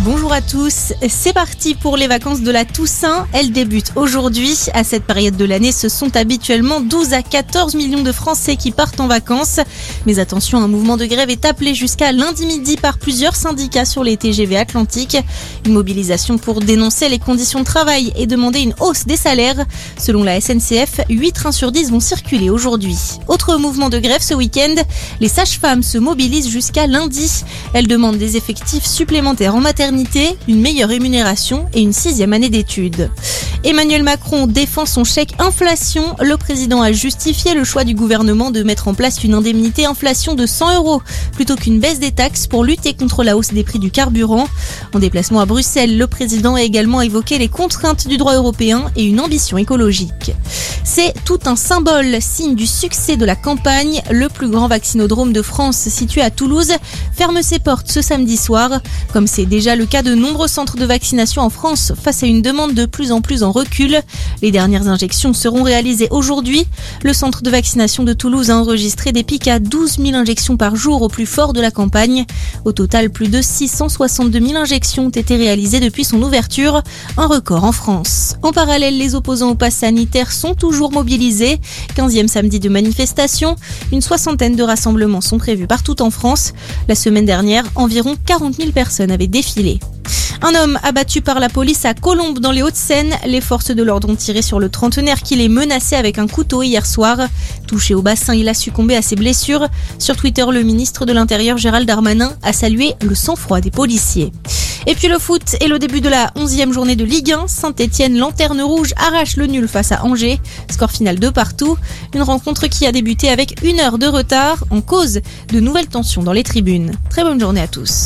Bonjour à tous, c'est parti pour les vacances de la Toussaint. Elles débutent aujourd'hui. À cette période de l'année, ce sont habituellement 12 à 14 millions de Français qui partent en vacances. Mais attention, un mouvement de grève est appelé jusqu'à lundi midi par plusieurs syndicats sur les TGV Atlantiques. Une mobilisation pour dénoncer les conditions de travail et demander une hausse des salaires. Selon la SNCF, 8 trains sur 10 vont circuler aujourd'hui. Autre mouvement de grève ce week-end, les sages-femmes se mobilisent jusqu'à lundi. Elles demandent des effectifs supplémentaires en maternité, une meilleure rémunération et une 6e année d'études. Emmanuel Macron défend son chèque inflation. Le président a justifié le choix du gouvernement de mettre en place une indemnité inflation de 100 € plutôt qu'une baisse des taxes pour lutter contre la hausse des prix du carburant. En déplacement à Bruxelles, le président a également évoqué les contraintes du droit européen et une ambition écologique. C'est tout un symbole, signe du succès de la campagne. Le plus grand vaccinodrome de France, situé à Toulouse, ferme ses portes ce samedi soir. Comme c'est déjà le cas de nombreux centres de vaccination en France face à une demande de plus en plus en recul. Les dernières injections seront réalisées aujourd'hui. Le centre de vaccination de Toulouse a enregistré des pics à 12 000 injections par jour au plus fort de la campagne. Au total, plus de 662 000 injections ont été réalisées depuis son ouverture, un record en France. En parallèle, les opposants au pass sanitaire sont toujours mobilisés. 15e samedi de manifestation, une 60aine de rassemblements sont prévus partout en France. La semaine dernière, environ 40 000 personnes avaient défilé. Un homme abattu par la police à Colombes dans les Hauts-de-Seine. Les forces de l'ordre ont tiré sur le trentenaire qui les menaçait avec un couteau hier soir. Touché au bassin, il a succombé à ses blessures. Sur Twitter, le ministre de l'Intérieur Gérald Darmanin a salué le sang-froid des policiers. Et puis le foot et le début de la 11e journée de Ligue 1. Saint-Etienne, lanterne rouge, arrache le nul face à Angers. Score final 2-2. Une rencontre qui a débuté avec 1 heure de retard en cause de nouvelles tensions dans les tribunes. Très bonne journée à tous.